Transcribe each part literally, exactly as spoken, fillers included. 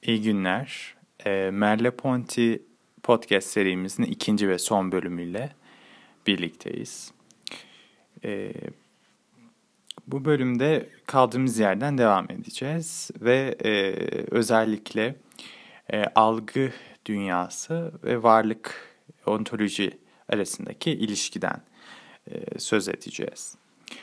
İyi günler. E, Merleau-Ponty podcast serimizin ikinci ve son bölümüyle birlikteyiz. E, bu bölümde kaldığımız yerden devam edeceğiz ve e, özellikle e, algı dünyası ve varlık ontoloji arasındaki ilişkiden e, söz edeceğiz.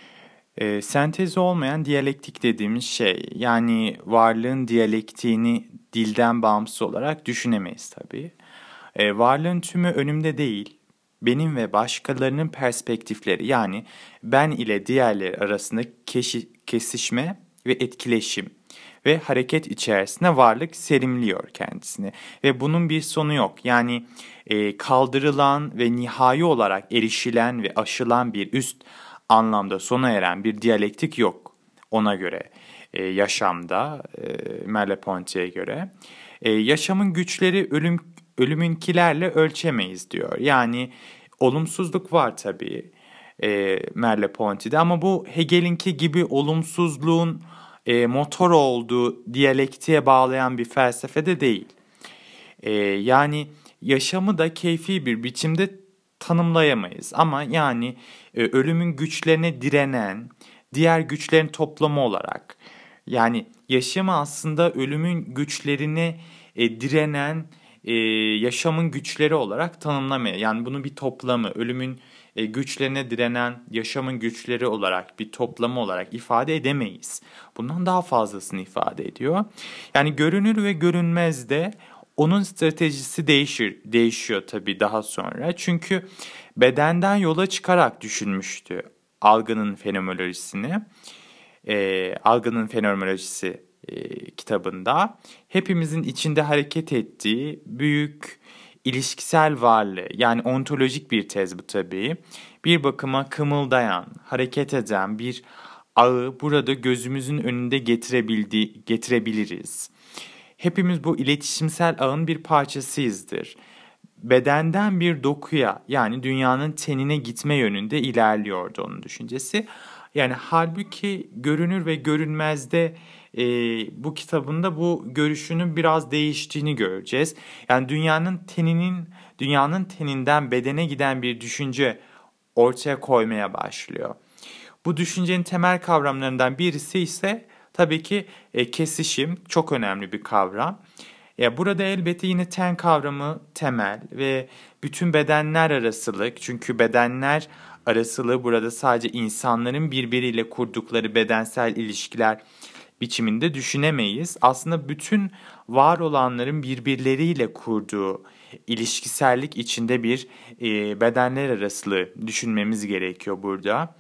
E, sentezi olmayan diyalektik dediğimiz şey, yani varlığın diyalektiğini dilden bağımsız olarak düşünemeyiz tabii. E, varlığın tümü önümde değil, benim ve başkalarının perspektifleri, yani ben ile diğerleri arasında keşi, kesişme ve etkileşim ve hareket içerisinde varlık serimliyor kendisini. Ve bunun bir sonu yok. Yani e, kaldırılan ve nihai olarak erişilen ve aşılan bir üst anlamda sona eren bir diyalektik yok ona göre e, yaşamda e, Merleau-Ponty'ye göre. E, yaşamın güçleri ölüm ölümünkilerle ölçemeyiz diyor. Yani olumsuzluk var tabii e, Merleau-Ponty'de ama bu Hegel'inki gibi olumsuzluğun e, motor olduğu diyalektiğe bağlayan bir felsefede değil. E, yani yaşamı da keyfi bir biçimde tanımlayamayız ama yani e, ölümün güçlerine direnen diğer güçlerin toplamı olarak, yani yaşamı aslında ölümün güçlerine e, direnen e, yaşamın güçleri olarak tanımlamayız. Yani bunu bir toplamı, ölümün e, güçlerine direnen yaşamın güçleri olarak bir toplamı olarak ifade edemeyiz. Bundan daha fazlasını ifade ediyor. Yani görünür ve görünmez de onun stratejisi değişir, değişiyor tabii daha sonra. Çünkü bedenden yola çıkarak düşünmüştü algının fenomenolojisini. E, algının fenomenolojisi e, kitabında hepimizin içinde hareket ettiği büyük ilişkisel varlığı, yani ontolojik bir tez bu tabii. Bir bakıma kımıldayan, hareket eden bir ağı burada gözümüzün önünde getirebildiği, getirebiliriz. Hepimiz bu iletişimsel ağın bir parçasıyızdır. Bedenden bir dokuya, yani dünyanın tenine gitme yönünde ilerliyordu onun düşüncesi. Yani halbuki görünür ve görünmezde e, bu kitabında bu görüşünün biraz değiştiğini göreceğiz. Yani dünyanın teninin dünyanın teninden bedene giden bir düşünce ortaya koymaya başlıyor. Bu düşüncenin temel kavramlarından birisi ise tabii ki e, kesişim, çok önemli bir kavram. Ya burada elbette yine ten kavramı temel ve bütün bedenler arasılık, çünkü bedenler arasılığı burada sadece insanların birbiriyle kurdukları bedensel ilişkiler biçiminde düşünemeyiz. Aslında bütün var olanların birbirleriyle kurduğu ilişkisellik içinde bir e, bedenler arasılığı düşünmemiz gerekiyor burada.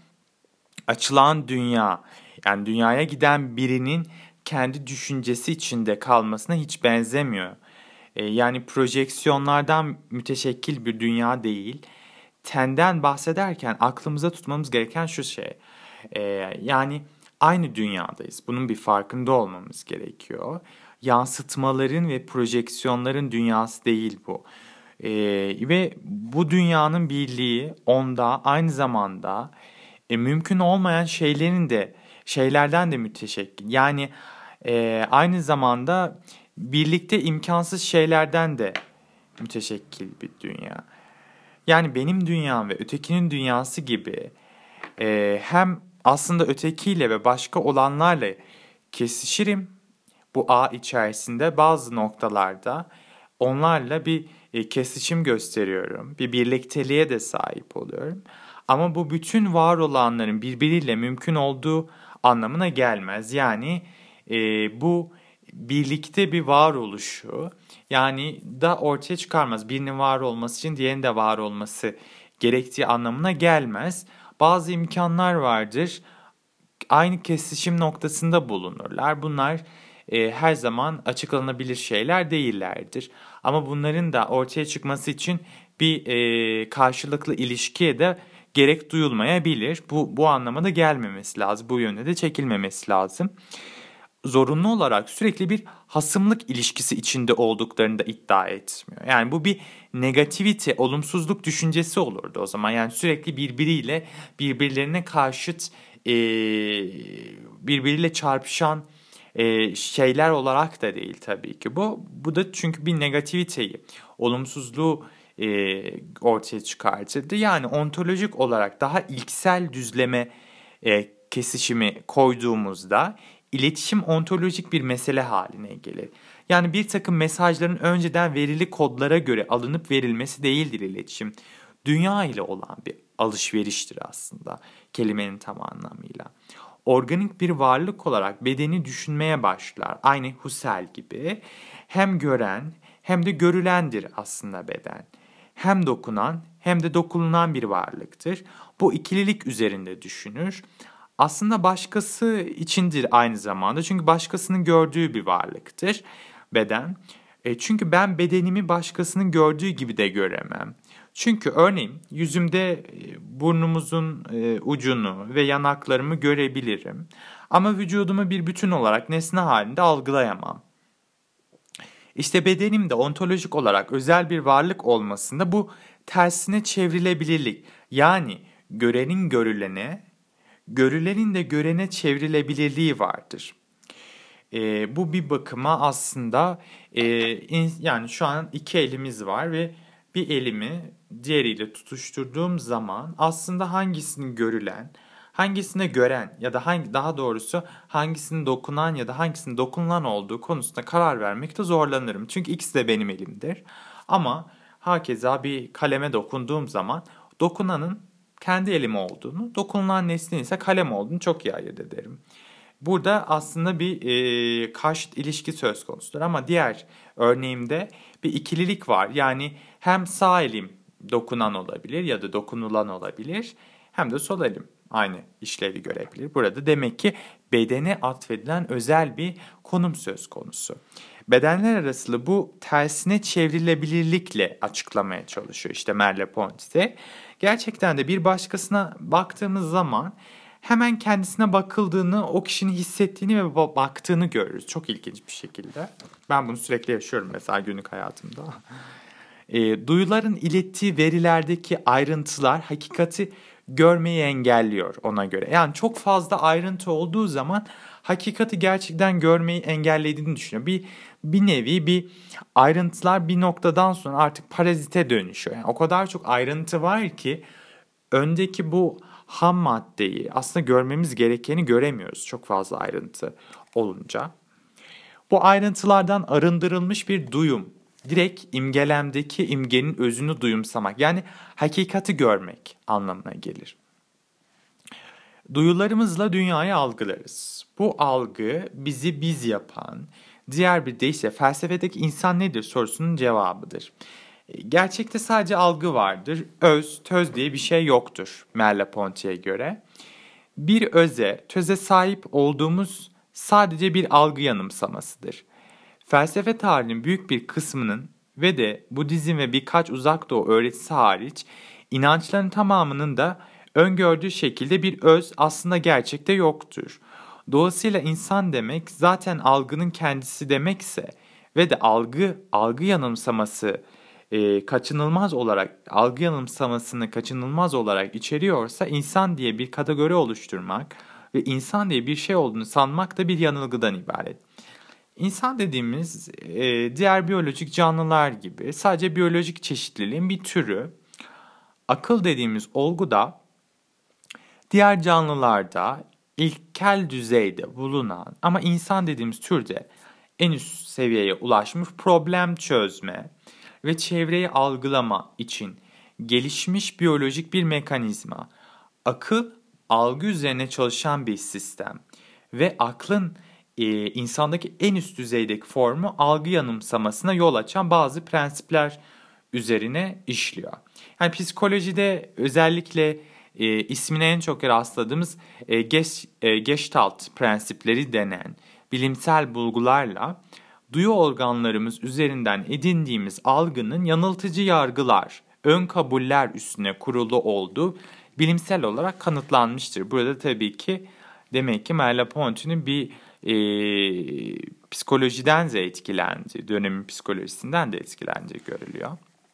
Açılan dünya, yani dünyaya giden birinin kendi düşüncesi içinde kalmasına hiç benzemiyor. E, yani projeksiyonlardan müteşekkil bir dünya değil. Tenden bahsederken aklımıza tutmamız gereken şu şey. E, yani aynı dünyadayız. Bunun bir farkında olmamız gerekiyor. Yansıtmaların ve projeksiyonların dünyası değil bu. E, ve bu dünyanın birliği onda aynı zamanda e, mümkün olmayan şeylerin de şeylerden de müteşekkil. Yani e, aynı zamanda birlikte imkansız şeylerden de müteşekkil bir dünya. Yani benim dünyam ve ötekinin dünyası gibi e, hem aslında ötekiyle ve başka olanlarla kesişirim. Bu ağ içerisinde bazı noktalarda onlarla bir e, kesişim gösteriyorum. Bir birlikteliğe de sahip oluyorum. Ama bu bütün var olanların birbiriyle mümkün olduğu anlamına gelmez. Yani e, bu birlikte bir varoluşu, yani da ortaya çıkarmaz. Birinin var olması için diğerinin de var olması gerektiği anlamına gelmez. Bazı imkanlar vardır. Aynı kesişim noktasında bulunurlar. Bunlar e, her zaman açıklanabilir şeyler değillerdir. Ama bunların da ortaya çıkması için bir e, karşılıklı ilişkiye de gerek duyulmayabilir. Bu, bu anlamada gelmemesi lazım. Bu yönde de çekilmemesi lazım. Zorunlu olarak sürekli bir hasımlık ilişkisi içinde olduklarını da iddia etmiyor. Yani bu bir negativite, olumsuzluk düşüncesi olurdu o zaman. Yani sürekli birbiriyle birbirlerine karşıt, e, birbiriyle çarpışan e, şeyler olarak da değil tabii ki bu. Bu da çünkü bir negativiteyi, olumsuzluğu e, ortaya çıkartırdı. Yani ontolojik olarak daha ilksel düzleme e, kesişimi koyduğumuzda iletişim ontolojik bir mesele haline gelir. Yani bir takım mesajların önceden verili kodlara göre alınıp verilmesi değildir iletişim. Dünya ile olan bir alışveriştir aslında kelimenin tam anlamıyla. Organik bir varlık olarak bedeni düşünmeye başlar. Aynı Husserl gibi hem gören hem de görülendir aslında beden. Hem dokunan hem de dokunulan bir varlıktır. Bu ikililik üzerinde düşünür. Aslında başkası içindir aynı zamanda. Çünkü başkasının gördüğü bir varlıktır beden. E çünkü ben bedenimi başkasının gördüğü gibi de göremem. Çünkü örneğin yüzümde burnumuzun ucunu ve yanaklarımı görebilirim. Ama vücudumu bir bütün olarak nesne halinde algılayamam. İşte bedenim de ontolojik olarak özel bir varlık olmasında bu tersine çevrilebilirlik. Yani görenin görülene, görülenin de görene çevrilebilirliği vardır. E, bu bir bakıma aslında e, in, yani şu an iki elimiz var ve bir elimi diğeriyle tutuşturduğum zaman aslında hangisini görülen, hangisine gören ya da hangi daha doğrusu hangisinin dokunan ya da hangisinin dokunulan olduğu konusunda karar vermekte zorlanırım. Çünkü ikisi de benim elimdir. Ama hakeza bir kaleme dokunduğum zaman dokunanın kendi elim olduğunu, dokunulan nesnenin ise kalem olduğunu çok iyi ayırt ederim. Burada aslında bir e, karşıt ilişki söz konusudur ama diğer örneğimde bir ikililik var. Yani hem sağ elim dokunan olabilir ya da dokunulan olabilir hem de sol elim aynı işlevi görebilir. Burada demek ki bedene atfedilen özel bir konum söz konusu. Bedenler arasında bu tersine çevrilebilirlikle açıklamaya çalışıyor işte Merleau-Ponty. Gerçekten de bir başkasına baktığımız zaman hemen kendisine bakıldığını, o kişinin hissettiğini ve baktığını görürüz. Çok ilginç bir şekilde. Ben bunu sürekli yaşıyorum mesela günlük hayatımda. E, duyuların ilettiği verilerdeki ayrıntılar hakikati görmeyi engelliyor ona göre. Yani çok fazla ayrıntı olduğu zaman hakikati gerçekten görmeyi engellediğini düşünüyor. Bir bir nevi bir ayrıntılar bir noktadan sonra artık parazite dönüşüyor. Yani o kadar çok ayrıntı var ki öndeki bu ham maddeyi aslında görmemiz gerekeni göremiyoruz çok fazla ayrıntı olunca. Bu ayrıntılardan arındırılmış bir duyum, direkt imgelemdeki imgenin özünü duyumsamak yani hakikati görmek anlamına gelir. Duyularımızla dünyayı algılarız. Bu algı bizi biz yapan, diğer bir deyişle felsefedeki insan nedir sorusunun cevabıdır. Gerçekte sadece algı vardır. Öz, töz diye bir şey yoktur Merleau-Ponty'ye göre. Bir öze, töze sahip olduğumuz sadece bir algı yanımsamasıdır. Felsefe tarihinin büyük bir kısmının ve de Budizm ve birkaç uzak doğu öğretisi hariç inançların tamamının da öngördüğü şekilde bir öz aslında gerçekte yoktur. Dolayısıyla insan demek zaten algının kendisi demekse ve de algı, algı yanılsaması e, kaçınılmaz olarak, algı yanılsamasını kaçınılmaz olarak içeriyorsa insan diye bir kategori oluşturmak ve insan diye bir şey olduğunu sanmak da bir yanılgıdan ibaret. İnsan dediğimiz e, diğer biyolojik canlılar gibi sadece biyolojik çeşitliliğin bir türü. Akıl dediğimiz olgu da diğer canlılarda ilkel düzeyde bulunan ama insan dediğimiz türde en üst seviyeye ulaşmış problem çözme ve çevreyi algılama için gelişmiş biyolojik bir mekanizma. Akıl, algı üzerine çalışan bir sistem ve aklın e, insandaki en üst düzeydeki formu algı yanımsamasına yol açan bazı prensipler üzerine işliyor. Yani psikolojide özellikle e, ismine en çok rastladığımız e, geç, e, Gestalt prensipleri denen bilimsel bulgularla duyu organlarımız üzerinden edindiğimiz algının yanıltıcı yargılar, ön kabuller üstüne kurulu olduğu bilimsel olarak kanıtlanmıştır. Burada tabii ki demek ki Merleau-Ponty'nin bir e, psikolojiden de etkilendiği, dönemin psikolojisinden de etkilendiği görülüyor.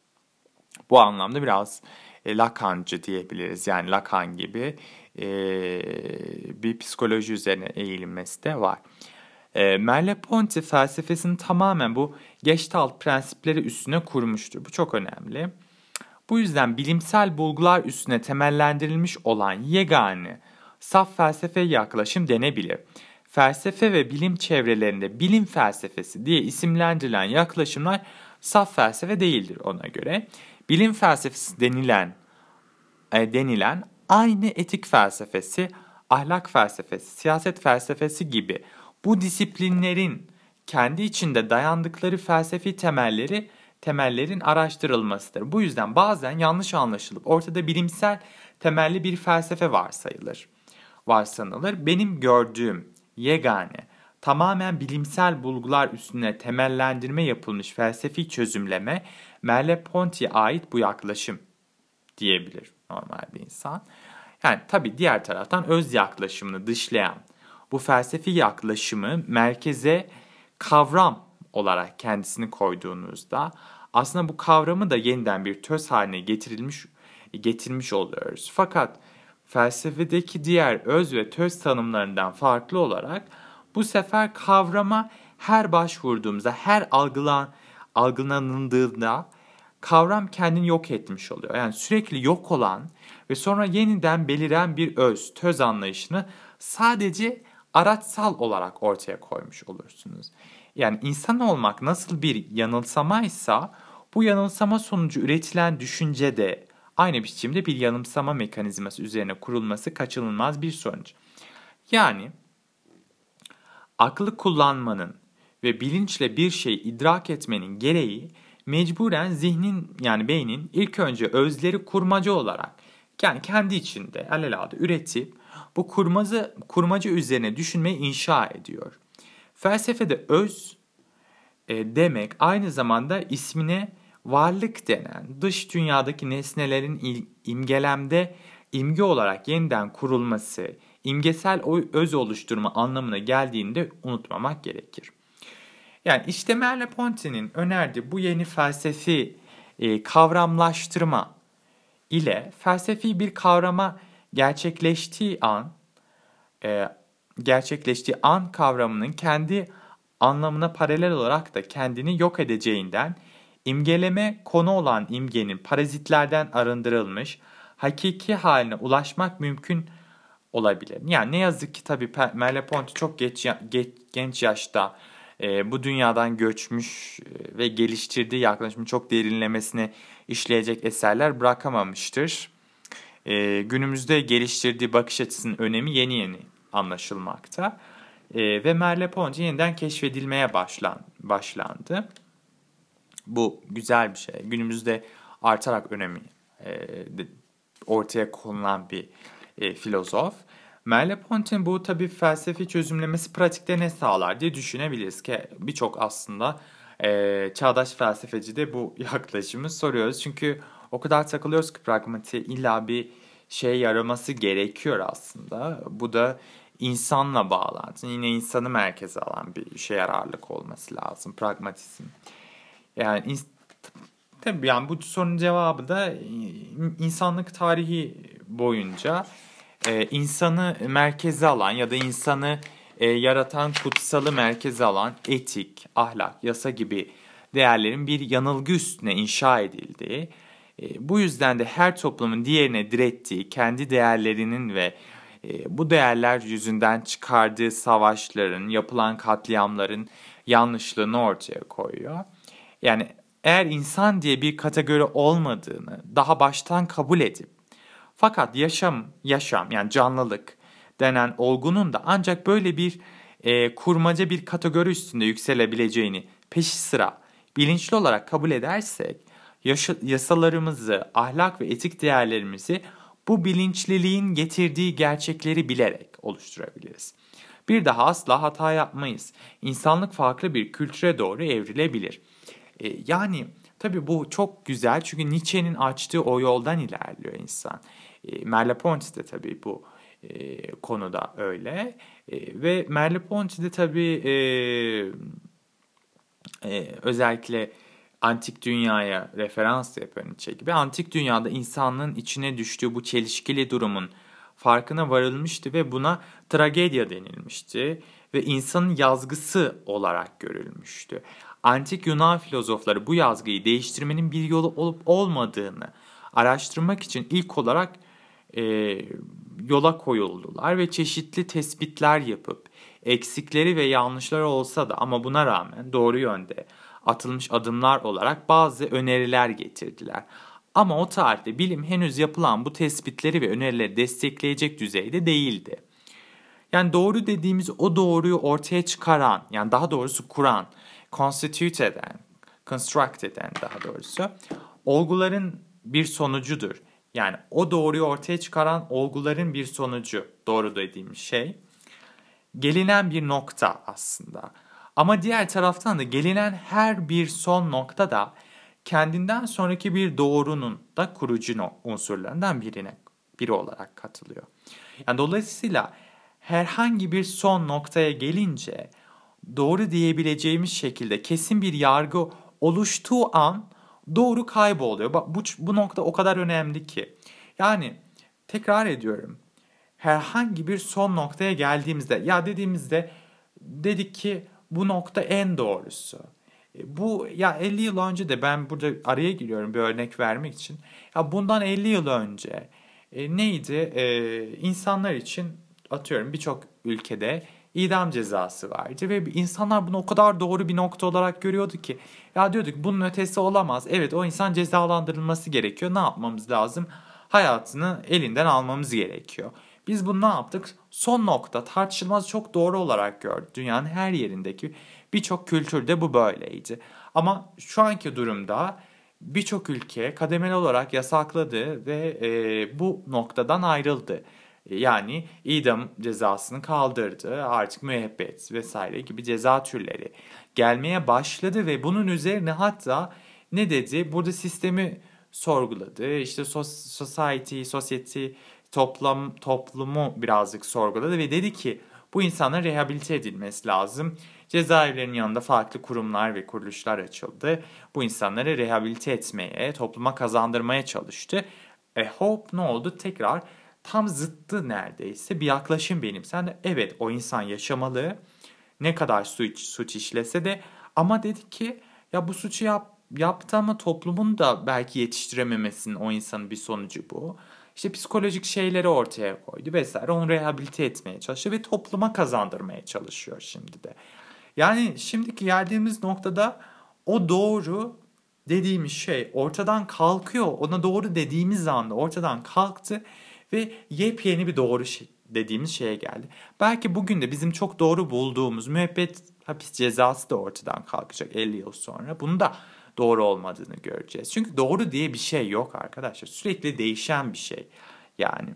Bu anlamda biraz e, Lacancı diyebiliriz. Yani Lacan gibi e, bir psikoloji üzerine eğilinmesi de var. E, Merleau-Ponty felsefesini tamamen bu Gestalt prensipleri üstüne kurmuştur. Bu çok önemli. Bu yüzden bilimsel bulgular üstüne temellendirilmiş olan yegane saf felsefe yaklaşım denebilir. Felsefe ve bilim çevrelerinde bilim felsefesi diye isimlendirilen yaklaşımlar saf felsefe değildir ona göre. Bilim felsefesi denilen e, denilen aynı etik felsefesi, ahlak felsefesi, siyaset felsefesi gibi bu disiplinlerin kendi içinde dayandıkları felsefi temelleri temellerin araştırılmasıdır. Bu yüzden bazen yanlış anlaşılıp ortada bilimsel temelli bir felsefe varsayılır. Varsanılır. Benim gördüğüm yegane tamamen bilimsel bulgular üstüne temellendirme yapılmış felsefi çözümleme Merleau-Ponty'ye ait bu yaklaşım diyebilir normal bir insan. Yani tabii diğer taraftan öz yaklaşımını dışlayan bu felsefi yaklaşımı merkeze kavram olarak kendisini koyduğunuzda aslında bu kavramı da yeniden bir töz haline getirilmiş getirmiş oluyoruz. Fakat felsefedeki diğer öz ve töz tanımlarından farklı olarak bu sefer kavrama her başvurduğumuzda, her algılan, algılanıldığında kavram kendini yok etmiş oluyor. Yani sürekli yok olan ve sonra yeniden beliren bir öz, töz anlayışını sadece araçsal olarak ortaya koymuş olursunuz. Yani insan olmak nasıl bir yanılsamaysa bu yanılsama sonucu üretilen düşünce de aynı biçimde bir yanılsama mekanizması üzerine kurulması kaçınılmaz bir sonuç. Yani aklı kullanmanın ve bilinçle bir şeyi idrak etmenin gereği mecburen zihnin yani beynin ilk önce özleri kurmaca olarak yani kendi içinde alelade üretip bu kurmacı, kurmaca üzerine düşünmeyi inşa ediyor. Felsefede öz e, demek aynı zamanda ismine varlık denen dış dünyadaki nesnelerin il, imgelemde imge olarak yeniden kurulması, imgesel öz oluşturma anlamına geldiğini de unutmamak gerekir. Yani işte Merleau-Ponty'nin önerdiği bu yeni felsefi e, kavramlaştırma ile felsefi bir kavrama gerçekleştiği an, e, gerçekleştiği an kavramının kendi anlamına paralel olarak da kendini yok edeceğinden, imgeleme konu olan imgenin parazitlerden arındırılmış, hakiki haline ulaşmak mümkün olabilir. Yani ne yazık ki tabii Merleau-Ponty çok geç, geç, genç yaşta e, bu dünyadan göçmüş e, ve geliştirdiği yaklaşımın çok derinlemesine işleyecek eserler bırakamamıştır. E, günümüzde geliştirdiği bakış açısının önemi yeni yeni anlaşılmakta. E, ve Merleau-Ponty yeniden keşfedilmeye başlan, başlandı. Bu güzel bir şey. Günümüzde artarak önemi e, ortaya konulan bir e, filozof. Merleau-Ponty'nin bu tabii felsefi çözümlemesi pratikte ne sağlar diye düşünebiliriz ki birçok aslında e, çağdaş felsefeci de bu yaklaşımı soruyoruz. Çünkü o kadar takılıyoruz ki pragmatiğe illa bir şey yaraması gerekiyor aslında. Bu da insanla bağlantı. Yine insanı merkeze alan bir şey yararlık olması lazım. Pragmatizm. Yani ins- tabii yani bu sorunun cevabı da insanlık tarihi boyunca e, insanı merkeze alan ya da insanı e, yaratan kutsalı merkeze alan etik, ahlak, yasa gibi değerlerin bir yanılgı üstüne inşa edildiği, e, bu yüzden de her toplumun diğerine direttiği, kendi değerlerinin ve e, bu değerler yüzünden çıkardığı savaşların, yapılan katliamların yanlışlığını ortaya koyuyor. Yani eğer insan diye bir kategori olmadığını daha baştan kabul edip fakat yaşam, yaşam yani canlılık denen olgunun da ancak böyle bir e, kurmaca bir kategori üstünde yükselebileceğini peşi sıra bilinçli olarak kabul edersek yaşa, yasalarımızı, ahlak ve etik değerlerimizi bu bilinçliliğin getirdiği gerçekleri bilerek oluşturabiliriz. Bir daha asla hata yapmayız. İnsanlık farklı bir kültüre doğru evrilebilir. E, yani tabii bu çok güzel çünkü Nietzsche'nin açtığı o yoldan ilerliyor insan. E, Merleau-Ponty de tabii bu e, konuda öyle. E, ve Merleau-Ponty de tabii e, e, özellikle antik dünyaya referans yapan Nietzsche gibi antik dünyada insanlığın içine düştüğü bu çelişkili durumun farkına varılmıştı ve buna tragedya denilmişti ve insanın yazgısı olarak görülmüştü. Antik Yunan filozofları bu yazgıyı değiştirmenin bir yolu olup olmadığını araştırmak için ilk olarak e, yola koyuldular ve çeşitli tespitler yapıp eksikleri ve yanlışları olsa da ama buna rağmen doğru yönde atılmış adımlar olarak bazı öneriler getirdiler. Ama o tarihte bilim henüz yapılan bu tespitleri ve önerileri destekleyecek düzeyde değildi. Yani doğru dediğimiz o doğruyu ortaya çıkaran, yani daha doğrusu kuran, constitute eden, construct eden daha doğrusu, olguların bir sonucudur. Yani o doğruyu ortaya çıkaran olguların bir sonucu, doğru dediğimiz şey, gelinen bir nokta aslında. Ama diğer taraftan da gelinen her bir son nokta da kendinden sonraki bir doğrunun da kurucu unsurlarından birine, biri olarak katılıyor. Yani dolayısıyla herhangi bir son noktaya gelince doğru diyebileceğimiz şekilde kesin bir yargı oluştuğu an doğru kayboluyor. Bak bu, bu nokta o kadar önemli ki. Yani tekrar ediyorum. Herhangi bir son noktaya geldiğimizde ya dediğimizde dedik ki bu nokta en doğrusu. Bu ya elli yıl önce de ben burada araya giriyorum bir örnek vermek için. Ya bundan elli yıl önce e, neydi? E, insanlar için atıyorum birçok ülkede idam cezası vardı ve insanlar bunu o kadar doğru bir nokta olarak görüyordu ki ya diyorduk bunun ötesi olamaz. Evet o insan cezalandırılması gerekiyor. Ne yapmamız lazım? Hayatını elinden almamız gerekiyor. Biz bunu ne yaptık? Son nokta tartışılmaz çok doğru olarak gördük. Dünyanın her yerindeki birçok kültürde bu böyleydi. Ama şu anki durumda birçok ülke kademeli olarak yasakladı ve e, bu noktadan ayrıldı. Yani idam cezasını kaldırdı, artık müebbet vesaire gibi ceza türleri gelmeye başladı ve bunun üzerine hatta ne dedi? Burada sistemi sorguladı. İşte society, society, toplum, toplumu birazcık sorguladı ve dedi ki bu insanların rehabilite edilmesi lazım. Cezaevlerinin yanında farklı kurumlar ve kuruluşlar açıldı. Bu insanları rehabilite etmeye, topluma kazandırmaya çalıştı. E hop ne oldu? Tekrar tam zıttı neredeyse bir yaklaşım benimsendi. Evet o insan yaşamalı. Ne kadar suç, suç işlese de ama dedi ki ya bu suçu yap, yaptı ama toplumun da belki yetiştirememesinin o insanın bir sonucu bu. İşte psikolojik şeyleri ortaya koydu vesaire. Onu rehabilite etmeye çalışıyor ve topluma kazandırmaya çalışıyor şimdi de. Yani şimdiki geldiğimiz noktada o doğru dediğimiz şey ortadan kalkıyor. Ona doğru dediğimiz anda ortadan kalktı ve yepyeni bir doğru şey, dediğimiz şeye geldi. Belki bugün de bizim çok doğru bulduğumuz müebbet hapis cezası da ortadan kalkacak elli yıl sonra. Bunu da doğru olmadığını göreceğiz. Çünkü doğru diye bir şey yok arkadaşlar. Sürekli değişen bir şey. Yani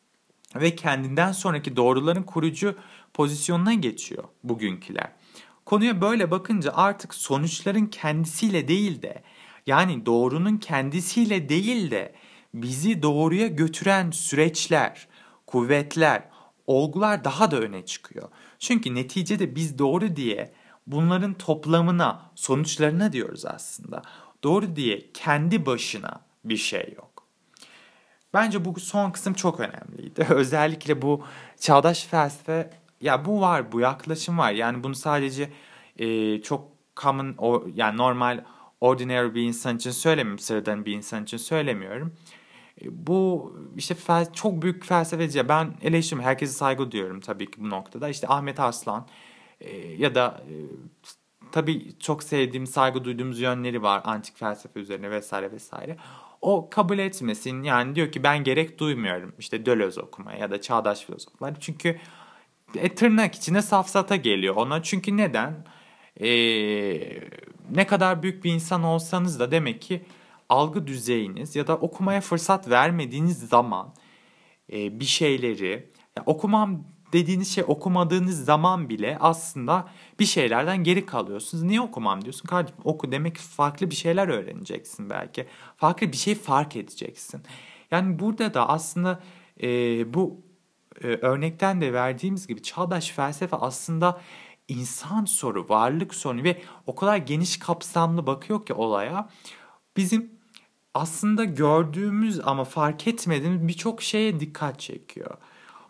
ve kendinden sonraki doğruların kurucu pozisyonuna geçiyor bugünküler. Konuya böyle bakınca artık sonuçların kendisiyle değil de yani doğrunun kendisiyle değil de bizi doğruya götüren süreçler, kuvvetler, olgular daha da öne çıkıyor. Çünkü neticede biz doğru diye bunların toplamına, sonuçlarına diyoruz aslında. Doğru diye kendi başına bir şey yok. Bence bu son kısım çok önemliydi. Özellikle bu çağdaş felsefe, ya bu var, bu yaklaşım var. Yani bunu sadece e, çok common, o, yani normal, ordinary bir insan için söylemiyorum, sıradan bir insan için söylemiyorum. E, bu işte fel, çok büyük felsefeci. Ben eleştiriyorum, herkese saygı duyuyorum tabii ki bu noktada. İşte Ahmet Arslan e, ya da e, tabii çok sevdiğim, saygı duyduğumuz yönleri var antik felsefe üzerine vesaire vesaire. O kabul etmesin, yani diyor ki ben gerek duymuyorum işte Deleuze okumaya ya da çağdaş filozoflar. Çünkü e, tırnak içine safsata geliyor ona. Çünkü neden? E, ne kadar büyük bir insan olsanız da demek ki algı düzeyiniz ya da okumaya fırsat vermediğiniz zaman e, bir şeyleri, ya okumam dediğiniz şey okumadığınız zaman bile aslında bir şeylerden geri kalıyorsunuz. Niye okumam diyorsun? Kardeşim oku, demek ki farklı bir şeyler öğreneceksin belki. Farklı bir şey fark edeceksin. Yani burada da aslında e, bu e, örnekten de verdiğimiz gibi çağdaş felsefe aslında insan soru, varlık sorunu ve o kadar geniş kapsamlı bakıyor ki olaya. Bizim aslında gördüğümüz ama fark etmediğimiz birçok şeye dikkat çekiyor.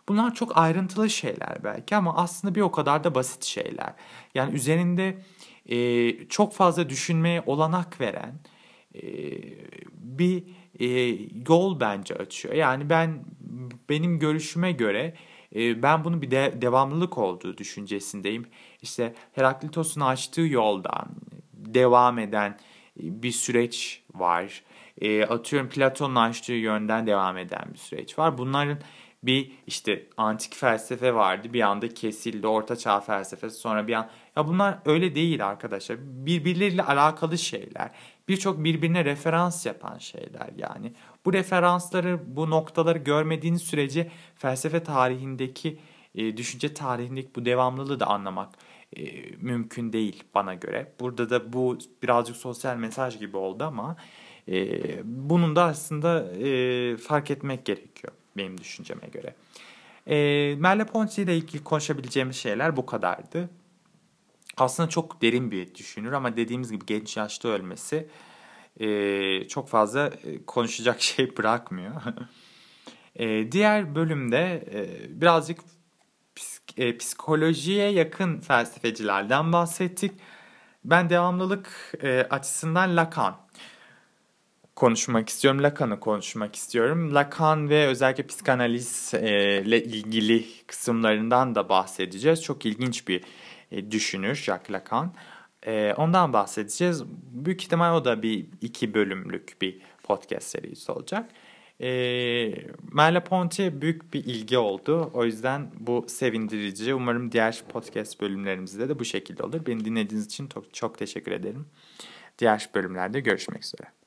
Bunlar çok ayrıntılı şeyler belki ama aslında bir o kadar da basit şeyler. Yani üzerinde e, çok fazla düşünmeye olanak veren e, bir e, yol bence açıyor. Yani ben benim görüşüme göre e, ben bunun bir de, devamlılık olduğu düşüncesindeyim. İşte Heraklitos'un açtığı yoldan devam eden bir süreç var. E, atıyorum Platon'un açtığı yönden devam eden bir süreç var. Bunların bir işte antik felsefe vardı, bir anda kesildi, orta çağ felsefesi, sonra bir an ya bunlar öyle değil arkadaşlar. Birbirleriyle alakalı şeyler. Birçok birbirine referans yapan şeyler yani. Bu referansları, bu noktaları görmediğiniz sürece felsefe tarihindeki, e, düşünce tarihindeki bu devamlılığı da anlamak e, mümkün değil bana göre. Burada da bu birazcık sosyal mesaj gibi oldu ama e, bunun da aslında e, fark etmek gerekiyor benim düşünceme göre. E, Merleau-Ponty ile ilgili konuşabileceğimiz şeyler bu kadardı. Aslında çok derin bir düşünür ama dediğimiz gibi genç yaşta ölmesi e, çok fazla e, konuşacak şey bırakmıyor. e, diğer bölümde e, birazcık psik- e, psikolojiye yakın felsefecilerden bahsettik. Ben devamlılık e, açısından Lacan konuşmak istiyorum. Lacan'ı konuşmak istiyorum. Lacan ve özellikle psikanaliz e, ile ilgili kısımlarından da bahsedeceğiz. Çok ilginç bir e, düşünür Jacques Lacan. E, ondan bahsedeceğiz. Büyük ihtimal o da bir iki bölümlük bir podcast serisi olacak. E, Merleau-Ponty'ye büyük bir ilgi oldu. O yüzden bu sevindirici. Umarım diğer podcast bölümlerimizde de bu şekilde olur. Beni dinlediğiniz için çok, çok teşekkür ederim. Diğer bölümlerde görüşmek üzere.